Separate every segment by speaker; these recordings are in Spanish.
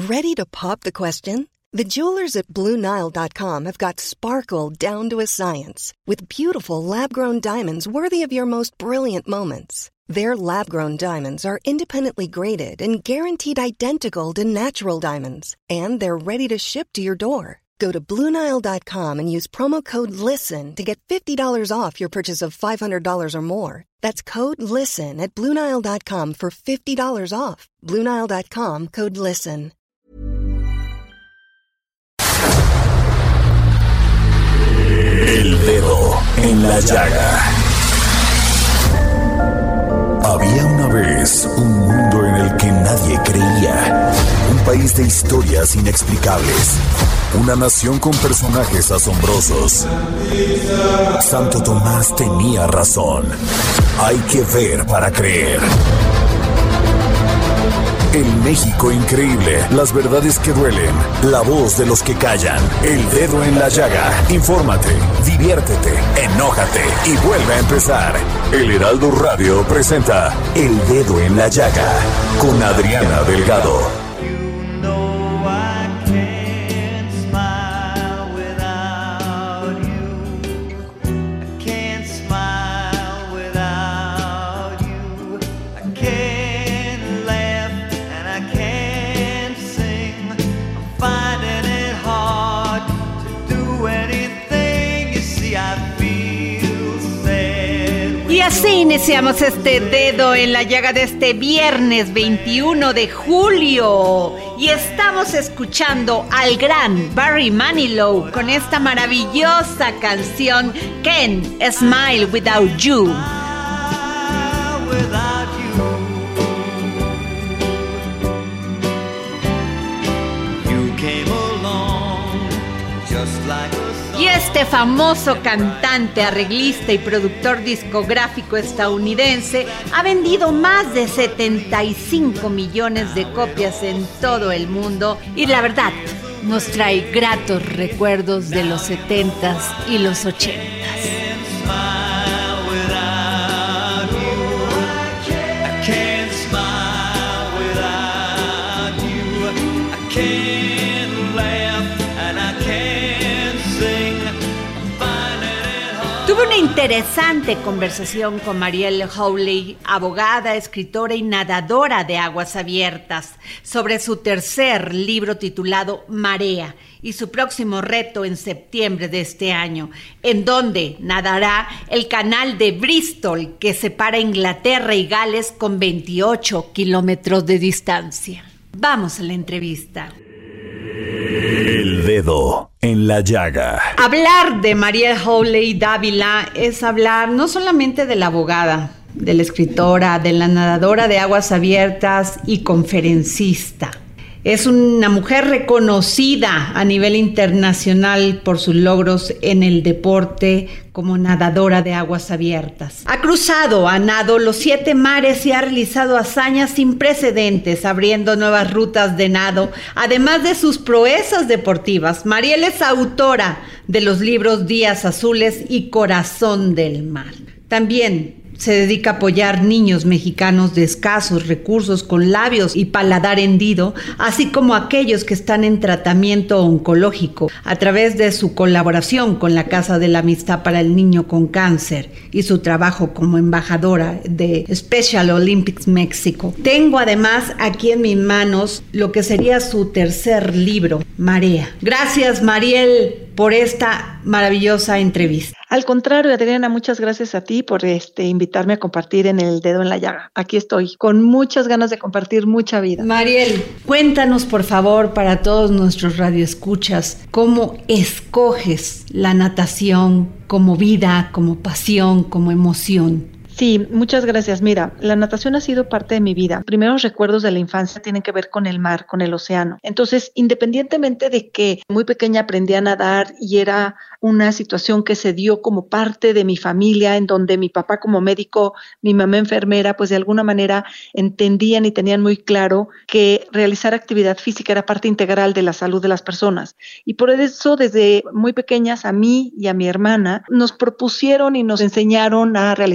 Speaker 1: Ready to pop the question? The jewelers at BlueNile.com have got sparkle down to a science with beautiful lab-grown diamonds worthy of your most brilliant moments. Their lab-grown diamonds are independently graded and guaranteed identical to natural diamonds, and they're ready to ship to your door. Go to BlueNile.com and use promo code LISTEN to get $50 off your purchase of $500 or more. That's code LISTEN at BlueNile.com for $50 off. BlueNile.com, code LISTEN.
Speaker 2: El dedo en la llaga. Había una vez un mundo en el que nadie creía. Un país de historias inexplicables. Una nación con personajes asombrosos. Santo Tomás tenía razón. Hay que ver para creer. El México increíble, las verdades que duelen, la voz de los que callan, el dedo en la llaga. Infórmate, diviértete, enójate y vuelve a empezar. El Heraldo Radio presenta El Dedo en la Llaga con Adriana Delgado.
Speaker 3: Y así iniciamos este dedo en la llaga de este viernes 21 de julio. Y estamos escuchando al gran Barry Manilow con esta maravillosa canción Can't Smile Without You. Y este famoso cantante, arreglista y productor discográfico estadounidense ha vendido más de 75 millones de copias en todo el mundo y la verdad nos trae gratos recuerdos de los 70s y los 80s. Tuve una interesante conversación con Marielle Hawley, abogada, escritora y nadadora de aguas abiertas, sobre su tercer libro titulado Marea y su próximo reto en septiembre de este año, en donde nadará el canal de Bristol que separa Inglaterra y Gales con 28 kilómetros de distancia. Vamos a la entrevista.
Speaker 2: El dedo en la llaga.
Speaker 3: Hablar de Marielle Hawley Dávila es hablar no solamente de la abogada, de la escritora, de la nadadora de aguas abiertas y conferencista. Es una mujer reconocida a nivel internacional por sus logros en el deporte como nadadora de aguas abiertas. Ha cruzado a nado los 7 mares y ha realizado hazañas sin precedentes, abriendo nuevas rutas de nado. Además de sus proezas deportivas, Marielle es autora de los libros Días Azules y Corazón del Mar. También se dedica a apoyar niños mexicanos de escasos recursos con labios y paladar hendido, así como aquellos que están en tratamiento oncológico, a través de su colaboración con la Casa de la Amistad para el Niño con Cáncer y su trabajo como embajadora de Special Olympics México. Tengo además aquí en mis manos lo que sería su tercer libro, Marea. Gracias, Marielle, por esta maravillosa entrevista.
Speaker 4: Al contrario, Adriana, muchas gracias a ti por invitarme a compartir en El Dedo en la Llaga. Aquí estoy, con muchas ganas de compartir mucha vida.
Speaker 3: Marielle, cuéntanos por favor para todos nuestros radioescuchas, ¿cómo escoges la natación como vida, como pasión, como emoción?
Speaker 4: Sí, muchas gracias. Mira, la natación ha sido parte de mi vida. Primeros recuerdos de la infancia tienen que ver con el mar, con el océano. Entonces, independientemente de que muy pequeña aprendí a nadar y era una situación que se dio como parte de mi familia, en donde mi papá como médico, mi mamá enfermera, pues de alguna manera entendían y tenían muy claro que realizar actividad física era parte integral de la salud de las personas. Y por eso, desde muy pequeñas, a mí y a mi hermana nos propusieron y nos enseñaron a realizar actividad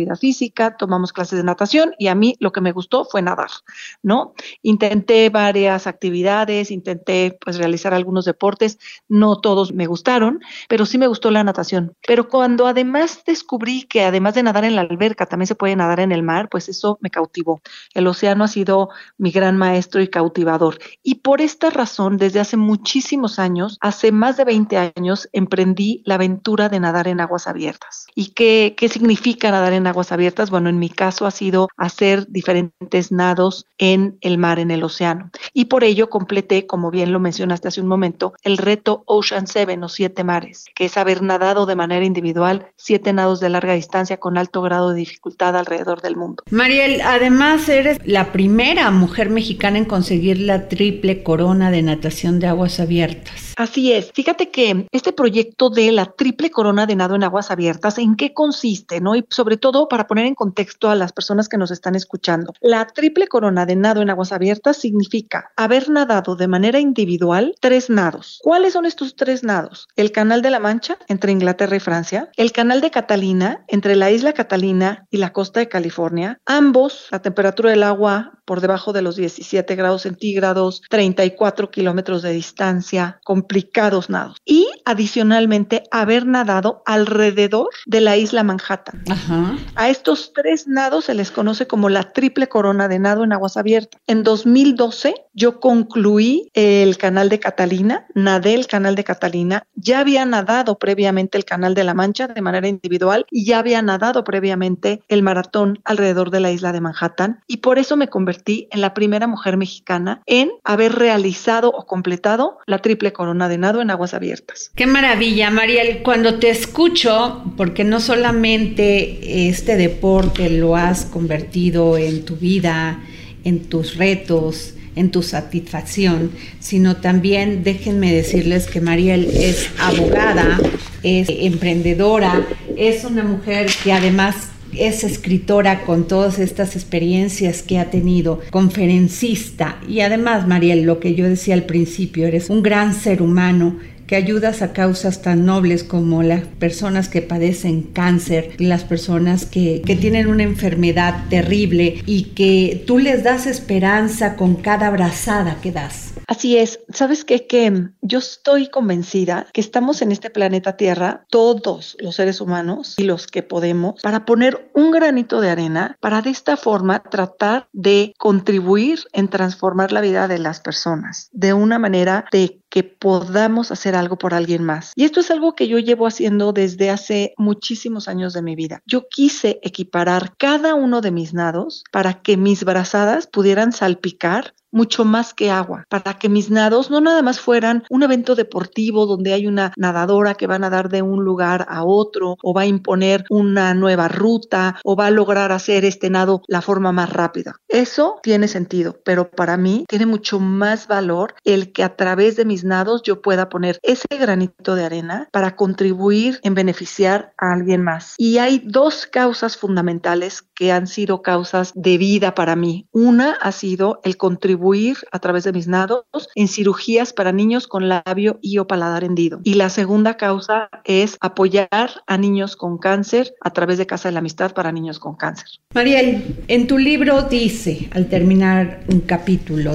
Speaker 4: actividad física, tomamos clases de natación y a mí lo que me gustó fue nadar, ¿no? Intenté varias actividades, intenté pues realizar algunos deportes, no todos me gustaron, pero sí me gustó la natación. Pero cuando además descubrí que además de nadar en la alberca, también se puede nadar en el mar, pues eso me cautivó. El océano ha sido mi gran maestro y cautivador. Y por esta razón, desde hace muchísimos años, hace más de 20 años, emprendí la aventura de nadar en aguas abiertas. ¿Y qué significa nadar en aguas abiertas? Bueno, en mi caso ha sido hacer diferentes nados en el mar, en el océano. Y por ello completé, como bien lo mencionaste hace un momento, el reto Ocean 7 o 7 mares, que es haber nadado de manera individual 7 nados de larga distancia con alto grado de dificultad alrededor del mundo.
Speaker 3: Mariel, además eres la primera mujer mexicana en conseguir la triple corona de natación de aguas abiertas.
Speaker 4: Así es. Fíjate que este proyecto de la triple corona de nado en aguas abiertas, ¿en qué consiste, no? Y sobre todo para poner en contexto a las personas que nos están escuchando. La triple corona de nado en aguas abiertas significa haber nadado de manera individual 3 nados. ¿Cuáles son estos 3 nados? El Canal de la Mancha, entre Inglaterra y Francia, el Canal de Catalina, entre la isla Catalina y la costa de California, ambos, la temperatura del agua por debajo de los 17 grados centígrados, 34 kilómetros de distancia, complicados nados. Y adicionalmente haber nadado alrededor de la isla Manhattan.
Speaker 3: Ajá.
Speaker 4: A estos 3 nados se les conoce como la triple corona de nado en aguas abiertas. En 2012 yo concluí el Canal de Catalina, nadé el Canal de Catalina, ya había nadado previamente el Canal de la Mancha de manera individual y ya había nadado previamente el maratón alrededor de la isla de Manhattan y por eso me convertí en la primera mujer mexicana en haber realizado o completado la triple corona de nado en aguas abiertas.
Speaker 3: ¡Qué maravilla, Mariel! Cuando te escucho, porque no solamente este deporte lo has convertido en tu vida, en tus retos, en tu satisfacción, sino también déjenme decirles que Mariel es abogada, es emprendedora, es una mujer que además es escritora con todas estas experiencias que ha tenido, conferencista y además, Mariel, lo que yo decía al principio, eres un gran ser humano que ayudas a causas tan nobles como las personas que padecen cáncer, las personas que tienen una enfermedad terrible y que tú les das esperanza con cada abrazada que das.
Speaker 4: Así es. ¿Sabes qué? Que yo estoy convencida que estamos en este planeta Tierra, todos los seres humanos y los que podemos, para poner un granito de arena, para de esta forma tratar de contribuir en transformar la vida de las personas de una manera de que podamos hacer algo por alguien más. Y esto es algo que yo llevo haciendo desde hace muchísimos años de mi vida. Yo quise equiparar cada uno de mis nados para que mis brazadas pudieran salpicar mucho más que agua, para que mis nados no nada más fueran un evento deportivo donde hay una nadadora que va a nadar de un lugar a otro o va a imponer una nueva ruta o va a lograr hacer este nado la forma más rápida. Eso tiene sentido, pero para mí tiene mucho más valor el que a través de mis nados yo pueda poner ese granito de arena para contribuir en beneficiar a alguien más. Y hay 2 causas fundamentales que han sido causas de vida para mí. Una ha sido el contribuir a través de mis nados en cirugías para niños con labio y o paladar hendido. Y la segunda causa es apoyar a niños con cáncer a través de Casa de la Amistad para niños con cáncer.
Speaker 3: Mariel, en tu libro dice, al terminar un capítulo,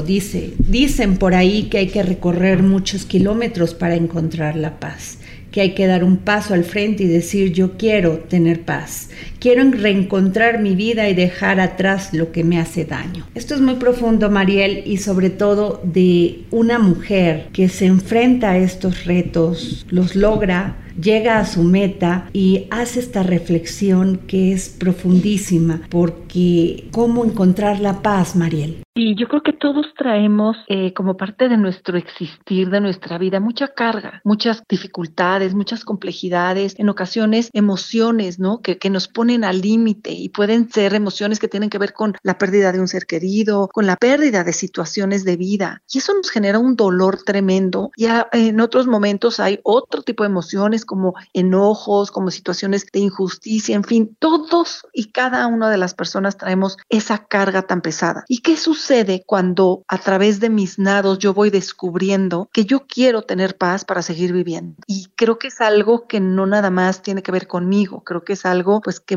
Speaker 3: dicen por ahí que hay que recorrer muchos kilómetros para encontrar la paz, que hay que dar un paso al frente y decir yo quiero tener paz, quiero reencontrar mi vida y dejar atrás lo que me hace daño. Esto es muy profundo, Mariel, y sobre todo de una mujer que se enfrenta a estos retos, los logra, llega a su meta y hace esta reflexión que es profundísima, porque ¿cómo encontrar la paz, Mariel?
Speaker 4: Y yo creo que todos traemos como parte de nuestro existir, de nuestra vida, mucha carga, muchas dificultades, muchas complejidades, en ocasiones emociones, ¿no? Que nos ponen al límite y pueden ser emociones que tienen que ver con la pérdida de un ser querido, con la pérdida de situaciones de vida. Y eso nos genera un dolor tremendo. Ya en otros momentos hay otro tipo de emociones como enojos, como situaciones de injusticia, en fin, todos y cada una de las personas traemos esa carga tan pesada. ¿Y qué sucede cuando a través de mis nados yo voy descubriendo que yo quiero tener paz para seguir viviendo? Y creo que es algo que no nada más tiene que ver conmigo, creo que es algo pues que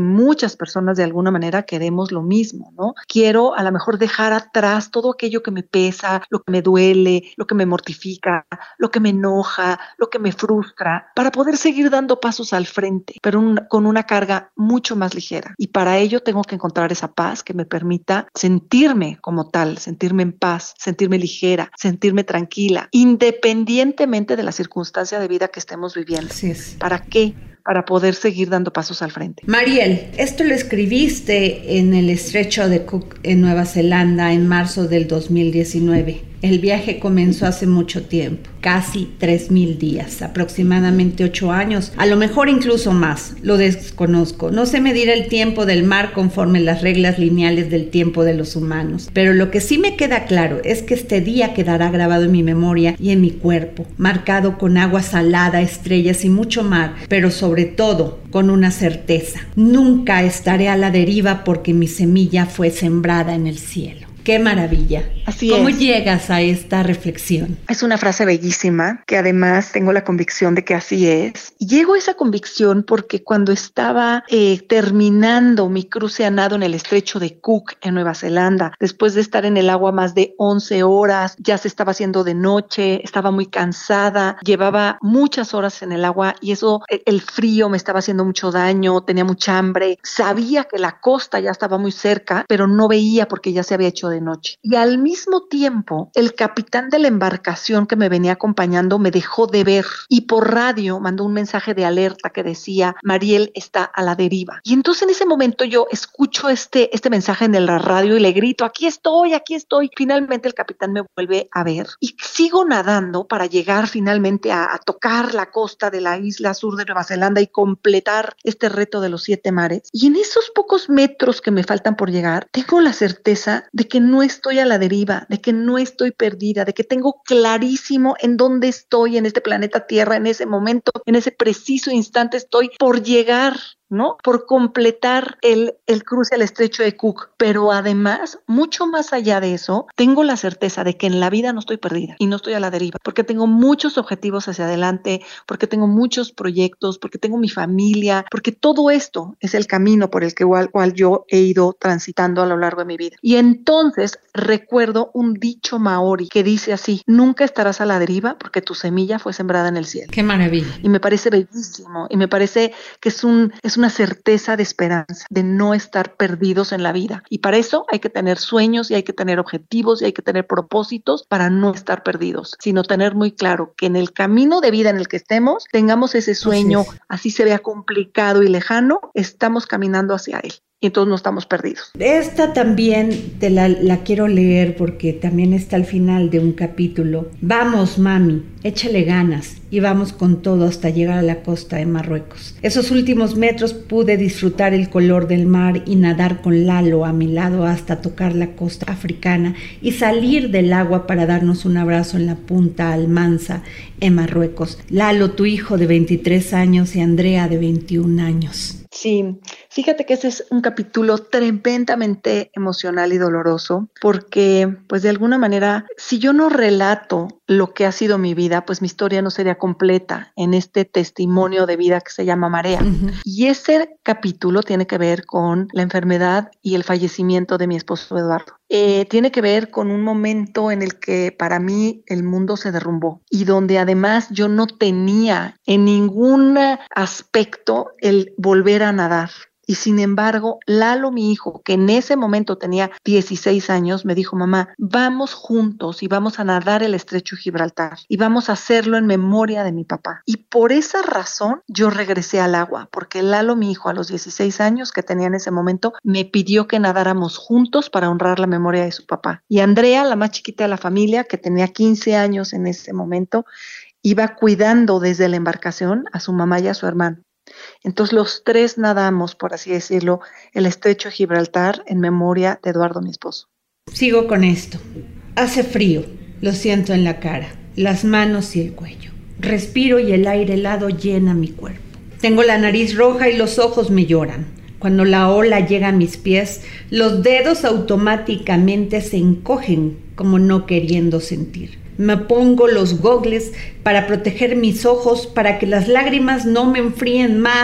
Speaker 4: muchas personas de alguna manera queremos lo mismo, ¿no? Quiero a lo mejor dejar atrás todo aquello que me pesa, lo que me duele, lo que me mortifica, lo que me enoja, lo que me frustra, para poder seguir dando pasos al frente, pero con una carga mucho más ligera. Y para ello tengo que encontrar esa paz que me permita sentirme como tal, sentirme en paz, sentirme ligera, sentirme tranquila, independientemente de la circunstancia de vida que estemos viviendo.
Speaker 3: Así es.
Speaker 4: ¿Para qué? Para poder seguir dando pasos al frente.
Speaker 3: Mariel, esto lo escribiste en el Estrecho de Cook en Nueva Zelanda en marzo del 2019. El viaje comenzó hace mucho tiempo, casi 3,000 días, aproximadamente 8 años, a lo mejor incluso más, lo desconozco. No sé medir el tiempo del mar conforme las reglas lineales del tiempo de los humanos, pero lo que sí me queda claro es que este día quedará grabado en mi memoria y en mi cuerpo, marcado con agua salada, estrellas y mucho mar, pero sobre todo con una certeza: nunca estaré a la deriva porque mi semilla fue sembrada en el cielo. ¡Qué maravilla!
Speaker 4: Así
Speaker 3: ¿Cómo
Speaker 4: es.
Speaker 3: llegas a esta reflexión?
Speaker 4: Es una frase bellísima que además tengo la convicción de que así es. Y llego a esa convicción porque cuando estaba terminando mi cruce a nado en el Estrecho de Cook en Nueva Zelanda, después de estar en el agua más de 11 horas, ya se estaba haciendo de noche, estaba muy cansada, llevaba muchas horas en el agua y eso, el frío me estaba haciendo mucho daño, tenía mucha hambre, sabía que la costa ya estaba muy cerca, pero no veía porque ya se había hecho de noche. Y al mismo tiempo, el capitán de la embarcación que me venía acompañando me dejó de ver y por radio mandó un mensaje de alerta que decía: Mariel está a la deriva. Y entonces en ese momento yo escucho este mensaje en la radio y le grito: aquí estoy, aquí estoy. Finalmente el capitán me vuelve a ver y sigo nadando para llegar finalmente a tocar la costa de la isla sur de Nueva Zelanda y completar este reto de los 7 mares. Y en esos pocos metros que me faltan por llegar, tengo la certeza de que no estoy a la deriva, de que no estoy perdida, de que tengo clarísimo en dónde estoy en este planeta Tierra en ese momento, en ese preciso instante estoy por llegar, ¿no? Por completar el cruce al Estrecho de Cook. Pero además, mucho más allá de eso, tengo la certeza de que en la vida no estoy perdida y no estoy a la deriva, porque tengo muchos objetivos hacia adelante, porque tengo muchos proyectos, porque tengo mi familia, porque todo esto es el camino por el cual yo he ido transitando a lo largo de mi vida. Y entonces recuerdo un dicho maori que dice así: nunca estarás a la deriva porque tu semilla fue sembrada en el cielo.
Speaker 3: ¡Qué maravilla!
Speaker 4: Y me parece bellísimo y me parece que es una certeza de esperanza, de no estar perdidos en la vida. Y para eso hay que tener sueños y hay que tener objetivos y hay que tener propósitos para no estar perdidos, sino tener muy claro que en el camino de vida en el que estemos, tengamos ese sueño, así se vea complicado y lejano, estamos caminando hacia él. Y entonces no estamos perdidos.
Speaker 3: Esta también te la quiero leer porque también está al final de un capítulo. Vamos, mami, échale ganas y vamos con todo hasta llegar a la costa de Marruecos. Esos últimos metros pude disfrutar el color del mar y nadar con Lalo a mi lado hasta tocar la costa africana y salir del agua para darnos un abrazo en la punta Almansa en Marruecos. Lalo, tu hijo de 23 años y Andrea de 21 años.
Speaker 4: Sí, fíjate que ese es un capítulo tremendamente emocional y doloroso porque, pues de alguna manera, si yo no relato lo que ha sido mi vida, pues mi historia no sería completa en este testimonio de vida que se llama Marea. Uh-huh. Y ese capítulo tiene que ver con la enfermedad y el fallecimiento de mi esposo Eduardo. Tiene que ver con un momento en el que para mí el mundo se derrumbó y donde además yo no tenía en ningún aspecto el volver a nadar. Y sin embargo, Lalo, mi hijo, que en ese momento tenía 16 años, me dijo: mamá, vamos juntos y vamos a nadar el Estrecho de Gibraltar y vamos a hacerlo en memoria de mi papá. Y por esa razón yo regresé al agua, porque Lalo, mi hijo, a los 16 años que tenía en ese momento, me pidió que nadáramos juntos para honrar la memoria de su papá. Y Andrea, la más chiquita de la familia, que tenía 15 años en ese momento, iba cuidando desde la embarcación a su mamá y a su hermano. Entonces los tres nadamos, por así decirlo, el Estrecho de Gibraltar en memoria de Eduardo, mi esposo.
Speaker 3: Sigo con esto. Hace frío, lo siento en la cara, las manos y el cuello. Respiro y el aire helado llena mi cuerpo. Tengo la nariz roja y los ojos me lloran. Cuando la ola llega a mis pies, los dedos automáticamente se encogen como no queriendo sentir. Me pongo los gogles para proteger mis ojos para que las lágrimas no me enfríen más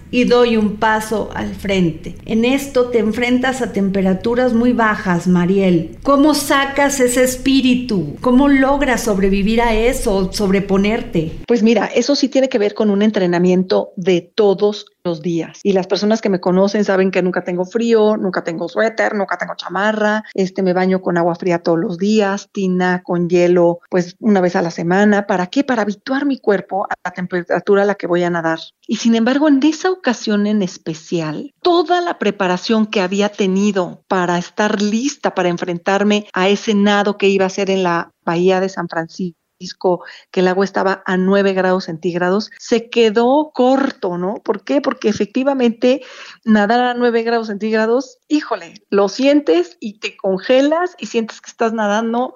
Speaker 3: y doy un paso al frente. En esto te enfrentas a temperaturas muy bajas, Mariel. ¿Cómo sacas ese espíritu? ¿Cómo logras sobrevivir a eso, sobreponerte?
Speaker 4: Pues mira, eso sí tiene que ver con un entrenamiento de todos los días. Y las personas que me conocen saben que nunca tengo frío, nunca tengo suéter, nunca tengo chamarra, me baño con agua fría todos los días, tina con hielo, pues una vez a la semana. ¿Para qué? Para habituar mi cuerpo a la temperatura a la que voy a nadar. Y sin embargo, en esa ocasión en especial, toda la preparación que había tenido para estar lista para enfrentarme a ese nado que iba a hacer en la bahía de San Francisco, que el agua estaba a 9 grados centígrados, se quedó corto, ¿no? ¿Por qué? Porque efectivamente nadar a 9 grados centígrados, híjole, lo sientes y te congelas y sientes que estás nadando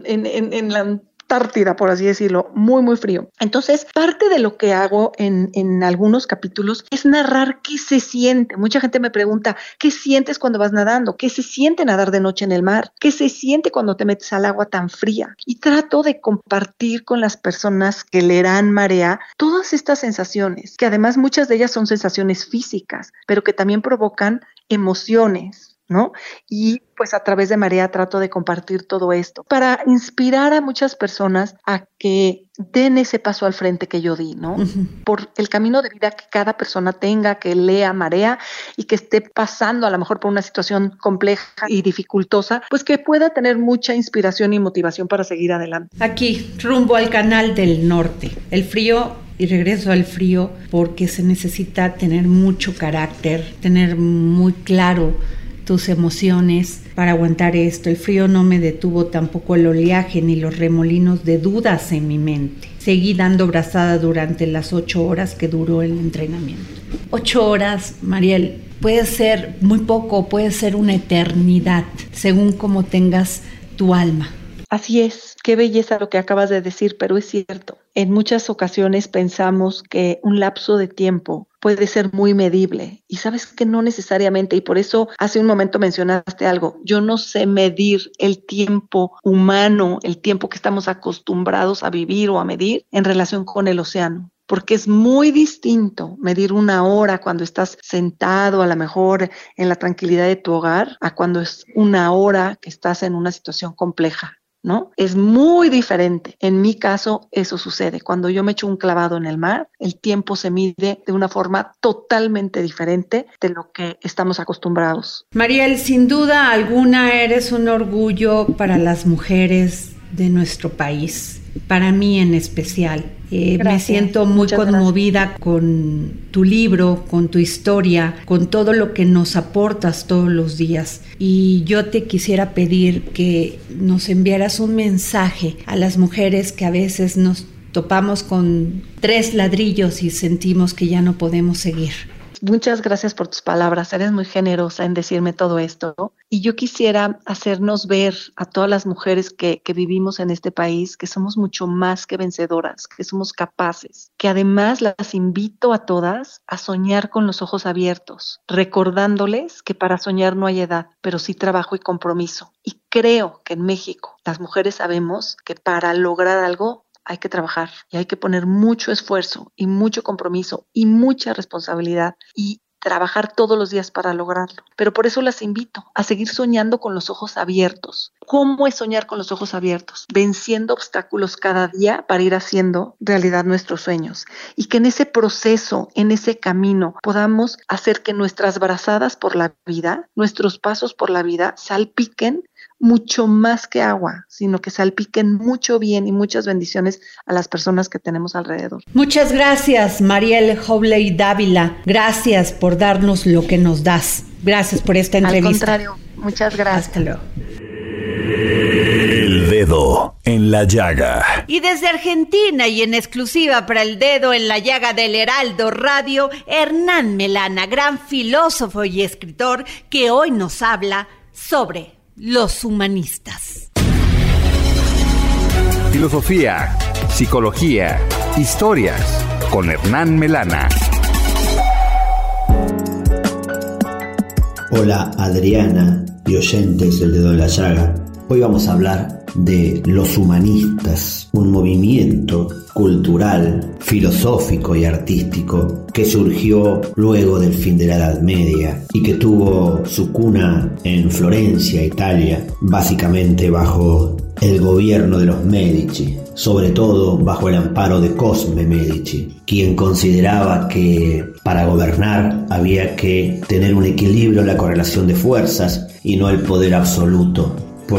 Speaker 4: en la Antártida, por así decirlo, muy, muy frío. Entonces, parte de lo que hago en algunos capítulos es narrar qué se siente. Mucha gente me pregunta, ¿qué sientes cuando vas nadando? ¿Qué se siente nadar de noche en el mar? ¿Qué se siente cuando te metes al agua tan fría? Y trato de compartir con las personas que leerán Marea todas estas sensaciones, que además muchas de ellas son sensaciones físicas, pero que también provocan emociones, ¿no? Y pues a través de Marea trato de compartir todo esto para inspirar a muchas personas a que den ese paso al frente que yo di, ¿no? Uh-huh. Por el camino de vida que cada persona tenga, que lea Marea y que esté pasando a lo mejor por una situación compleja y dificultosa, pues que pueda tener mucha inspiración y motivación para seguir adelante.
Speaker 3: Aquí, rumbo al Canal del Norte. El frío, y regreso al frío, porque se necesita tener mucho carácter, tener muy claro tus emociones para aguantar esto. El frío no me detuvo, tampoco el oleaje ni los remolinos de dudas en mi mente. Seguí dando brazada durante las 8 horas que duró el entrenamiento. 8 horas, Mariel, puede ser muy poco, puede ser una eternidad, según cómo tengas tu alma.
Speaker 4: Así es, qué belleza lo que acabas de decir, pero es cierto. En muchas ocasiones pensamos que un lapso de tiempo puede ser muy medible y sabes que no necesariamente, y por eso hace un momento mencionaste algo. Yo no sé medir el tiempo humano, el tiempo que estamos acostumbrados a vivir o a medir en relación con el océano. Porque es muy distinto medir 1 hora cuando estás sentado a lo mejor en la tranquilidad de tu hogar a cuando es 1 hora que estás en una situación compleja, ¿no? Es muy diferente. En mi caso, eso sucede. Cuando yo me echo un clavado en el mar, el tiempo se mide de una forma totalmente diferente de lo que estamos acostumbrados.
Speaker 3: Mariel, sin duda alguna eres un orgullo para las mujeres de nuestro país, para mí en especial. Me siento muy conmovida con tu libro, con tu historia, con todo lo que nos aportas todos los días. Y yo te quisiera pedir que nos enviaras un mensaje a las mujeres que a veces nos topamos con 3 ladrillos y sentimos que ya no podemos seguir.
Speaker 4: Muchas gracias por tus palabras, eres muy generosa en decirme todo esto, ¿no? Y yo quisiera hacernos ver a todas las mujeres que vivimos en este país que somos mucho más que vencedoras, que somos capaces, que además las invito a todas a soñar con los ojos abiertos, recordándoles que para soñar no hay edad, pero sí trabajo y compromiso. Y creo que en México las mujeres sabemos que para lograr algo hay que trabajar y hay que poner mucho esfuerzo y mucho compromiso y mucha responsabilidad y trabajar todos los días para lograrlo. Pero por eso las invito a seguir soñando con los ojos abiertos. ¿Cómo es soñar con los ojos abiertos? Venciendo obstáculos cada día para ir haciendo realidad nuestros sueños. Y que en ese proceso, en ese camino, podamos hacer que nuestras brazadas por la vida, nuestros pasos por la vida, salpiquen mucho más que agua, sino que salpiquen mucho bien y muchas bendiciones a las personas que tenemos alrededor.
Speaker 3: Muchas gracias, Mariel Howley Dávila. Gracias por darnos lo que nos das. Gracias por esta entrevista.
Speaker 4: Al contrario, muchas gracias.
Speaker 3: Hasta luego.
Speaker 2: El dedo en la llaga.
Speaker 3: Y desde Argentina y en exclusiva para el dedo en la llaga del Heraldo Radio, Hernán Melana, gran filósofo y escritor que hoy nos habla sobre los humanistas.
Speaker 5: Filosofía, psicología, historias con Hernán Melana.
Speaker 6: Hola Adriana y oyentes del dedo en la llaga. Hoy vamos a hablar de los humanistas, un movimiento cultural, filosófico y artístico que surgió luego del fin de la Edad Media y que tuvo su cuna en Florencia, Italia, básicamente bajo el gobierno de los Medici, sobre todo bajo el amparo de Cosme Medici, quien consideraba que para gobernar había que tener un equilibrio en la correlación de fuerzas y no el poder absoluto,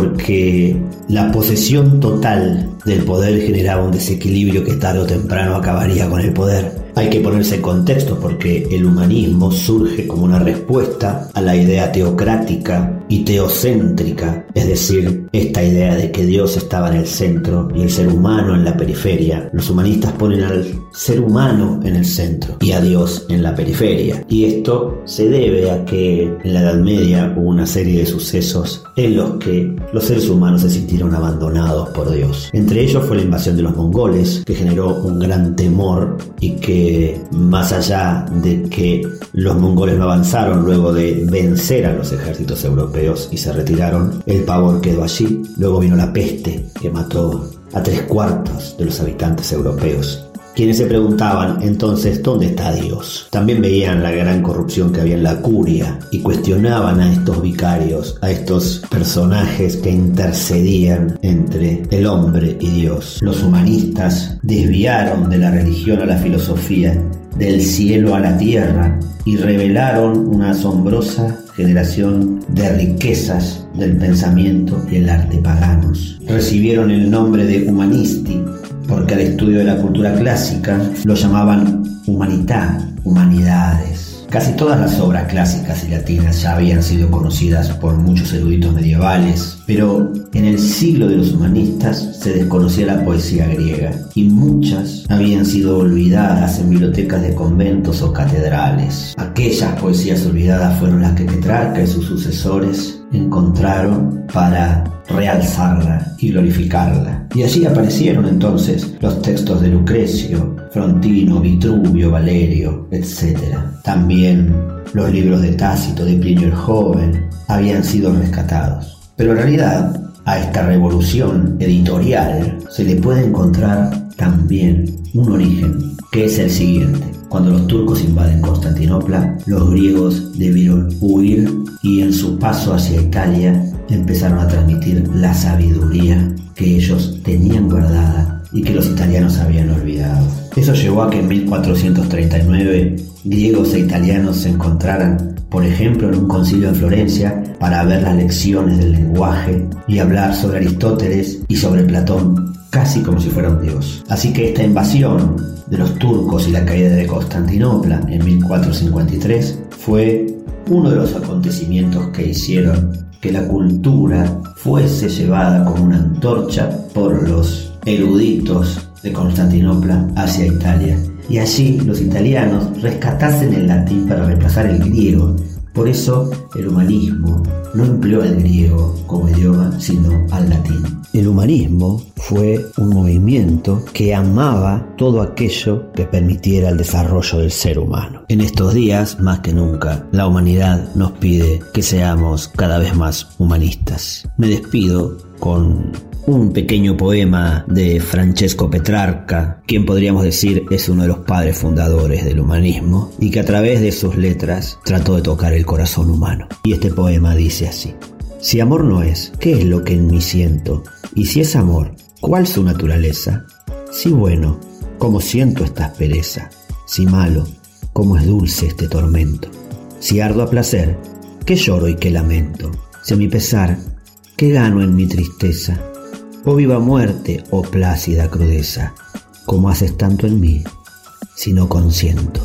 Speaker 6: porque la posesión total del poder generaba un desequilibrio que tarde o temprano acabaría con el poder. Hay que ponerse en contexto porque el humanismo surge como una respuesta a la idea teocrática y teocéntrica, es decir, esta idea de que Dios estaba en el centro y el ser humano en la periferia. Los humanistas ponen al ser humano en el centro y a Dios en la periferia. Y esto se debe a que en la Edad Media hubo una serie de sucesos en los que los seres humanos se sintieron abandonados por Dios. Entre ellos fue la invasión de los mongoles, que generó un gran temor y que más allá de que los mongoles no avanzaron luego de vencer a los ejércitos europeos y se retiraron, el pavor quedó allí. Luego vino la peste, que mató a 3/4 de los habitantes europeos, quienes se preguntaban entonces ¿dónde está Dios? También veían la gran corrupción que había en la curia y cuestionaban a estos vicarios, a estos personajes que intercedían entre el hombre y Dios. Los humanistas desviaron de la religión a la filosofía, del cielo a la tierra, y revelaron una asombrosa generación de riquezas del pensamiento y el arte paganos. Recibieron el nombre de humanisti porque al estudio de la cultura clásica lo llamaban humanità, humanidades. Casi todas las obras clásicas y latinas ya habían sido conocidas por muchos eruditos medievales, pero en el siglo de los humanistas se desconocía la poesía griega y muchas habían sido olvidadas en bibliotecas de conventos o catedrales. Aquellas poesías olvidadas fueron las que Petrarca y sus sucesores encontraron para realzarla y glorificarla. Y allí aparecieron entonces los textos de Lucrecio, Frontino, Vitruvio, Valerio, etc. También los libros de Tácito, de Plinio el Joven, habían sido rescatados. Pero en realidad a esta revolución editorial se le puede encontrar también un origen, que es el siguiente. Cuando los turcos invaden Constantinopla, los griegos debieron huir y en su paso hacia Italia empezaron a transmitir la sabiduría que ellos tenían guardada y que los italianos habían olvidado. Eso llevó a que en 1439 griegos e italianos se encontraran, por ejemplo, en un concilio en Florencia para ver las lecciones del lenguaje y hablar sobre Aristóteles y sobre Platón, casi como si fuera un dios. Así que esta invasión de los turcos y la caída de Constantinopla en 1453 fue uno de los acontecimientos que hicieron que la cultura fuese llevada como una antorcha por los eruditos de Constantinopla hacia Italia, y allí los italianos rescatasen el latín para reemplazar el griego. Por eso el humanismo no empleó el griego como idioma, sino al latín. El humanismo fue un movimiento que amaba todo aquello que permitiera el desarrollo del ser humano. En estos días, más que nunca, la humanidad nos pide que seamos cada vez más humanistas. Me despido con un pequeño poema de Francesco Petrarca, quien podríamos decir es uno de los padres fundadores del humanismo y que a través de sus letras trató de tocar el corazón humano. Y este poema dice así: si amor no es, ¿qué es lo que en mí siento? Y si es amor, ¿cuál su naturaleza? Si bueno, ¿cómo siento esta aspereza? Si malo, ¿cómo es dulce este tormento? Si ardo a placer, ¿qué lloro y qué lamento? Si a mi pesar, ¿qué gano en mi tristeza? O viva muerte, o plácida crudeza, ¿cómo haces tanto en mí, si no consiento?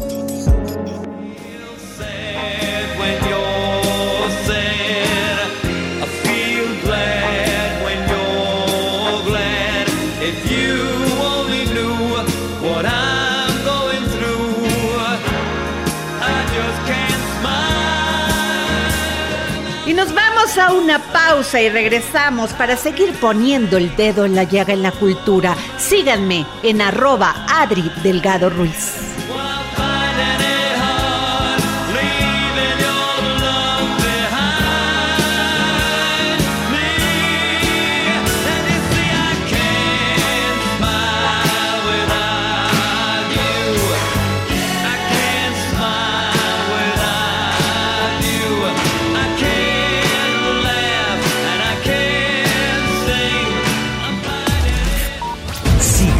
Speaker 3: A una pausa y regresamos para seguir poniendo el dedo en la llaga en la cultura. Síganme en @Adri Delgado Ruiz.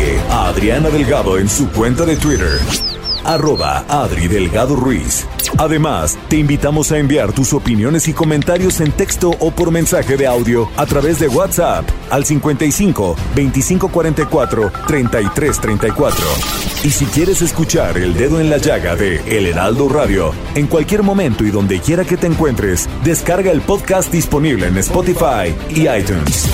Speaker 2: Sigue a Adriana Delgado en su cuenta de Twitter, @AdriDelgadoRuiz. Además, te invitamos a enviar tus opiniones y comentarios en texto o por mensaje de audio a través de WhatsApp al 55 2544 3334. Y si quieres escuchar El Dedo en la Llaga de El Heraldo Radio, en cualquier momento y donde quiera que te encuentres, descarga el podcast disponible en Spotify y iTunes.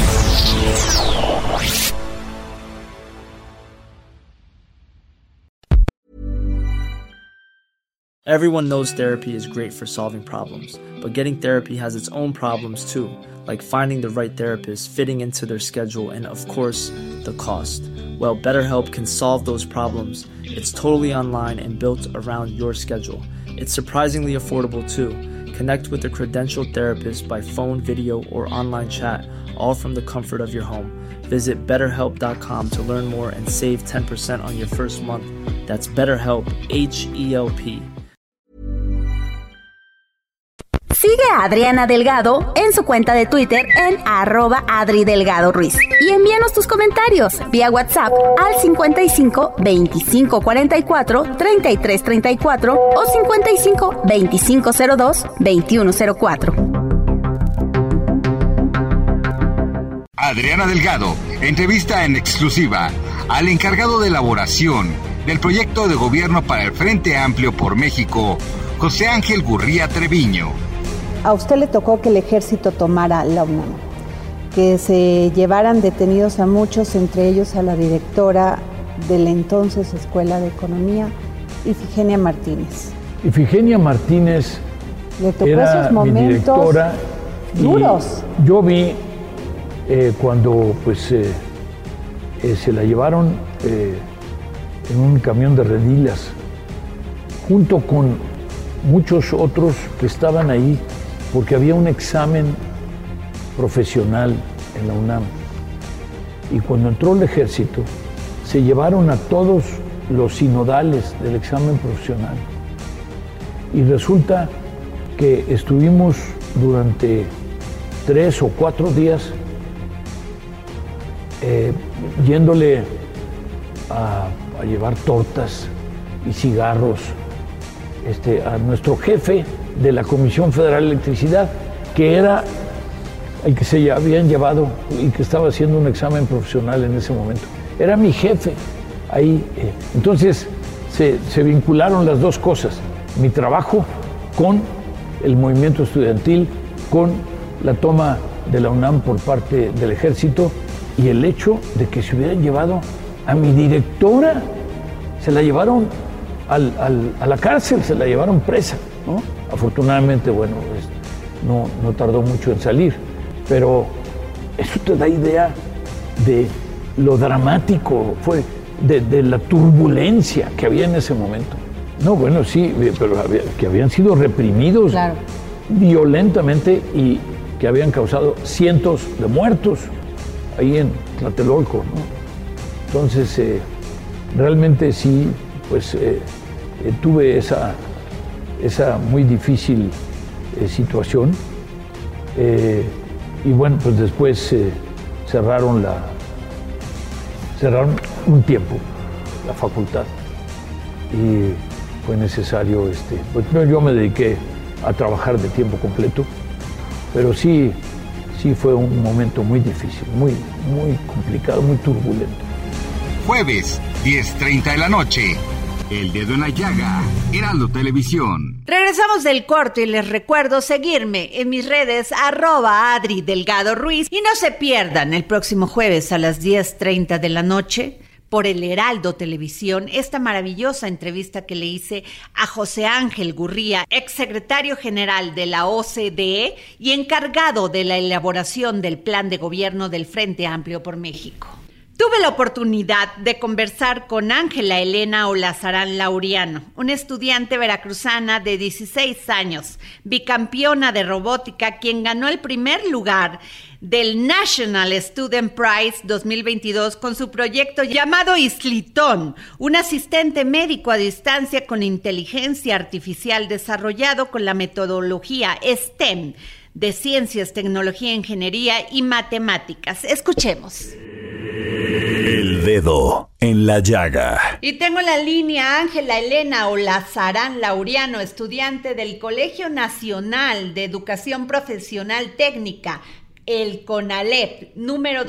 Speaker 7: Everyone knows therapy is great for solving problems, but getting therapy has its own problems too, like finding the right therapist, fitting into their schedule, and of course, the cost. Well, BetterHelp can solve those problems. It's totally online and built around your schedule. It's surprisingly affordable too. Connect with a credentialed therapist by phone, video, or online chat, all from the comfort of your home. Visit BetterHelp.com to learn more and save 10% on your first month. That's BetterHelp, H-E-L-P.
Speaker 8: Sigue a Adriana Delgado en su cuenta de Twitter en @AdriDelgadoRuiz y envíanos tus comentarios vía WhatsApp al 55 25 44 33 34 o 55 25 02 21 04.
Speaker 5: Adriana Delgado entrevista en exclusiva al encargado de elaboración del proyecto de gobierno para el Frente Amplio por México, José Ángel Gurría Treviño.
Speaker 9: A usted le tocó que el ejército tomara la UNAM, que se llevaran detenidos a muchos, entre ellos a la directora de la entonces Escuela de Economía, Ifigenia Martínez.
Speaker 10: Ifigenia Martínez
Speaker 9: le tocó
Speaker 10: era
Speaker 9: esos momentos
Speaker 10: mi directora
Speaker 9: duros.
Speaker 10: Yo vi cuando se la llevaron en un camión de redilas, junto con muchos otros que estaban ahí, porque había un examen profesional en la UNAM. Y cuando entró el ejército, se llevaron a todos los sinodales del examen profesional. Y resulta que estuvimos durante 3 o 4 días yéndole a llevar tortas y cigarros a nuestro jefe de la Comisión Federal de Electricidad, que era el que se habían llevado y que estaba haciendo un examen profesional en ese momento. Era mi jefe ahí. Entonces se vincularon las dos cosas, mi trabajo con el movimiento estudiantil, con la toma de la UNAM por parte del ejército y el hecho de que se hubieran llevado a mi directora, se la llevaron a la cárcel, se la llevaron presa, ¿no? Afortunadamente, bueno, no tardó mucho en salir, pero eso te da idea de lo dramático, fue de la turbulencia que había en ese momento. No, bueno, sí, pero que habían sido reprimidos violentamente y que habían causado cientos de muertos ahí en Tlatelolco, ¿no? Entonces, realmente sí, pues tuve esa muy difícil situación. Y bueno, pues después cerraron un tiempo la facultad y fue necesario, pues yo me dediqué a trabajar de tiempo completo, pero sí fue un momento muy difícil, muy complicado, muy turbulento.
Speaker 5: Jueves, 10:30 de la noche. El Dedo en la Llaga, Heraldo Televisión.
Speaker 3: Regresamos del corte y les recuerdo seguirme en mis redes @AdriDelgadoRuiz y no se pierdan el próximo jueves a las 10:30 de la noche por el Heraldo Televisión esta maravillosa entrevista que le hice a José Ángel Gurría, exsecretario general de la OCDE y encargado de la elaboración del plan de gobierno del Frente Amplio por México. Tuve la oportunidad de conversar con Ángela Elena Olazarán Laureano, una estudiante veracruzana de 16 años, bicampeona de robótica, quien ganó el primer lugar del National Student Prize 2022 con su proyecto llamado Islitón, un asistente médico a distancia con inteligencia artificial desarrollado con la metodología STEM de Ciencias, Tecnología, Ingeniería y Matemáticas. Escuchemos.
Speaker 2: El dedo en la llaga.
Speaker 3: Y tengo en la línea a Ángela Elena Olazarán Laureano, estudiante del Colegio Nacional de Educación Profesional Técnica, el CONALEP, número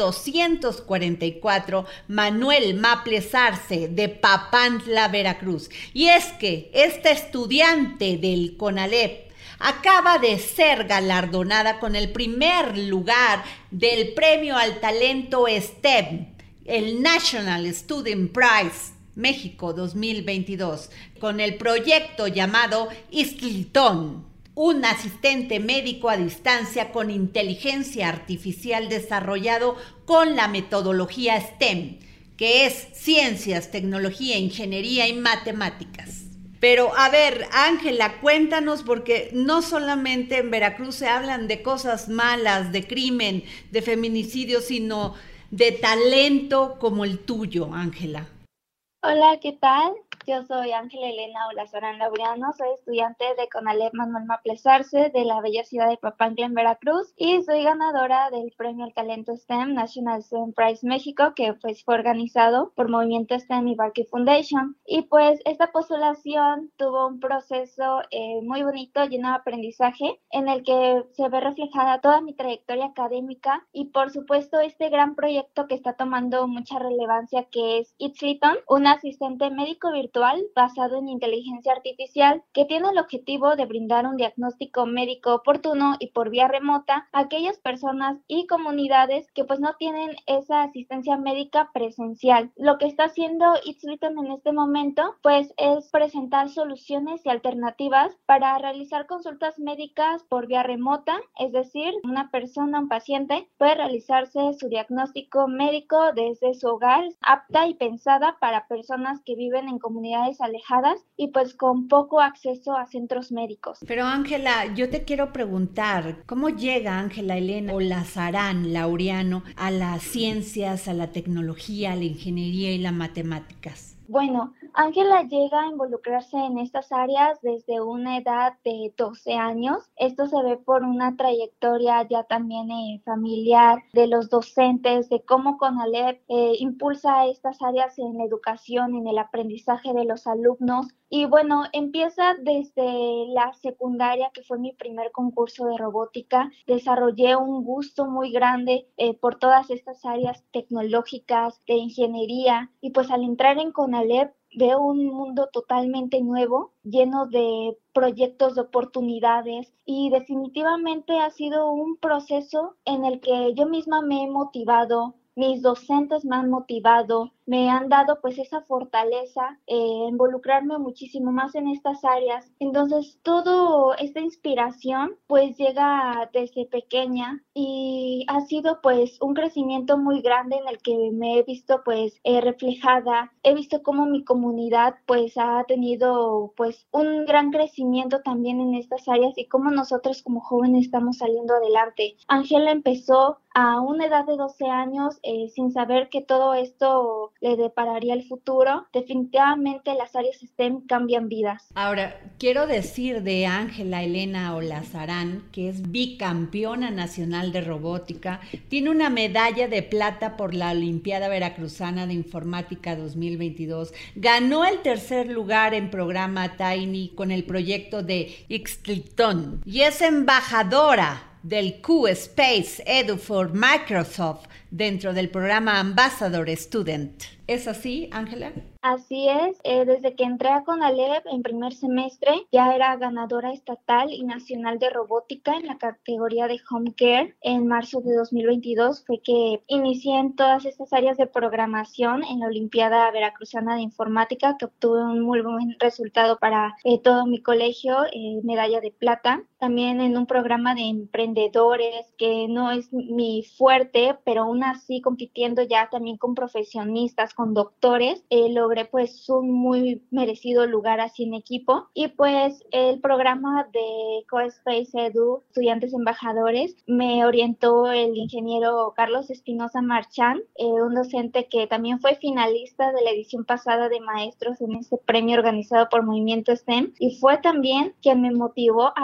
Speaker 3: 244, Manuel Maples Arce, de Papantla, Veracruz. Y es que esta estudiante del CONALEP acaba de ser galardonada con el primer lugar del Premio al Talento STEM, el National Student Prize México 2022, con el proyecto llamado Ixtliltón, un asistente médico a distancia con inteligencia artificial desarrollado con la metodología STEM, que es ciencias, tecnología, ingeniería y matemáticas. Pero a ver, Ángela, cuéntanos, porque no solamente en Veracruz se hablan de cosas malas, de crimen, de feminicidio, sino de talento como el tuyo, Ángela.
Speaker 11: Hola, ¿qué tal? Yo soy Ángela Elena Olazarán Laureano, soy estudiante de CONALEP Manuel Maples Arce de la bella ciudad de Papantla en Veracruz y soy ganadora del Premio al Talento STEM National Student Prize México, que pues fue organizado por Movimiento STEM y Barkey Foundation. Y pues esta postulación tuvo un proceso muy bonito, lleno de aprendizaje, en el que se ve reflejada toda mi trayectoria académica y por supuesto este gran proyecto que está tomando mucha relevancia, que es Ixtliltón, un asistente médico virtual basado en inteligencia artificial que tiene el objetivo de brindar un diagnóstico médico oportuno y por vía remota a aquellas personas y comunidades que pues no tienen esa asistencia médica presencial. Lo que está haciendo Ixtliltón en este momento pues es presentar soluciones y alternativas para realizar consultas médicas por vía remota, es decir, una persona, un paciente puede realizarse su diagnóstico médico desde su hogar, apta y pensada para personas que viven en comunidades alejadas y pues con poco acceso a centros médicos.
Speaker 3: Pero Ángela, yo te quiero preguntar, ¿cómo llega Ángela Elena Olazarán Laureano a las ciencias, a la tecnología, a la ingeniería y las matemáticas?
Speaker 11: Bueno, Ángela llega a involucrarse en estas áreas desde una edad de 12 años. Esto se ve por una trayectoria ya también familiar de los docentes, de cómo CONALEP impulsa estas áreas en la educación, en el aprendizaje de los alumnos. Y bueno, empieza desde la secundaria, que fue mi primer concurso de robótica. Desarrollé un gusto muy grande por todas estas áreas tecnológicas, de ingeniería, y pues al entrar en CONALEP veo un mundo totalmente nuevo, lleno de proyectos, de oportunidades, y definitivamente ha sido un proceso en el que yo misma me he motivado, mis docentes me han motivado, me han dado pues esa fortaleza, involucrarme muchísimo más en estas áreas. Entonces toda esta inspiración pues llega desde pequeña y ha sido pues un crecimiento muy grande en el que me he visto pues reflejada. He visto cómo mi comunidad pues ha tenido pues un gran crecimiento también en estas áreas y cómo nosotros como jóvenes estamos saliendo adelante. Ángela empezó a una edad de 12 años sin saber que todo esto le depararía el futuro. Definitivamente las áreas STEM cambian vidas.
Speaker 3: Ahora, quiero decir de Ángela Elena Olazarán, que es bicampeona nacional de robótica, tiene una medalla de plata por la Olimpiada Veracruzana de Informática 2022, ganó el tercer lugar en programa Tiny con el proyecto de Ixtliltón y es embajadora del Q-Space Edu for Microsoft dentro del programa Ambassador Student. ¿Es así, Ángela?
Speaker 11: Así es, desde que entré a CONALEP en primer semestre ya era ganadora estatal y nacional de robótica en la categoría de Home Care. En marzo de 2022 fue que inicié en todas estas áreas de programación en la Olimpiada Veracruzana de Informática, que obtuve un muy buen resultado para todo mi colegio, medalla de plata. También en un programa de emprendedores, que no es mi fuerte, pero aún así compitiendo ya también con profesionistas, con doctores, logré pues un muy merecido lugar así en equipo. Y pues el programa de Co-Space Edu, estudiantes embajadores, me orientó el ingeniero Carlos Espinosa Marchán, un docente que también fue finalista de la edición pasada de maestros en este premio organizado por Movimiento STEM, y fue también quien me motivó a postular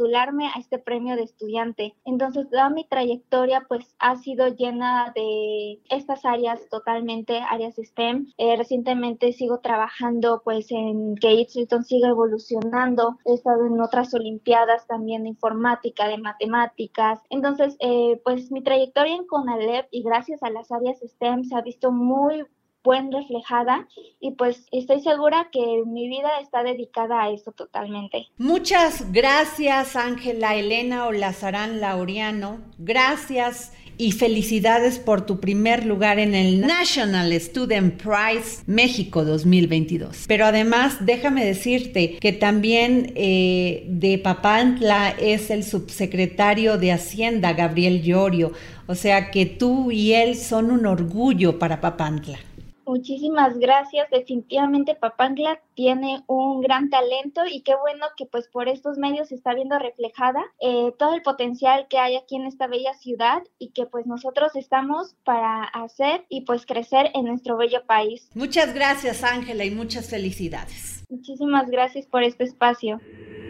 Speaker 11: postularme a este premio de estudiante. Entonces, toda mi trayectoria pues ha sido llena de estas áreas, totalmente áreas STEM. Recientemente sigo trabajando pues en que Eastleton siga evolucionando. He estado en otras olimpiadas también de informática, de matemáticas. Entonces, pues mi trayectoria en CONALEP y gracias a las áreas STEM se ha visto muy buen reflejada y pues estoy segura que mi vida está dedicada a eso totalmente.
Speaker 3: Muchas gracias, Ángela Elena Olazarán Laureano. Gracias y felicidades por tu primer lugar en el National Student Prize México 2022. Pero además, déjame decirte que también de Papantla es el subsecretario de Hacienda, Gabriel Llorio. O sea que tú y él son un orgullo para Papantla.
Speaker 11: Muchísimas gracias. Definitivamente Papantla tiene un gran talento y qué bueno que pues por estos medios se está viendo reflejada todo el potencial que hay aquí en esta bella ciudad y que pues nosotros estamos para hacer y pues crecer en nuestro bello país.
Speaker 3: Muchas gracias, Ángela, y muchas felicidades.
Speaker 11: Muchísimas gracias por este espacio.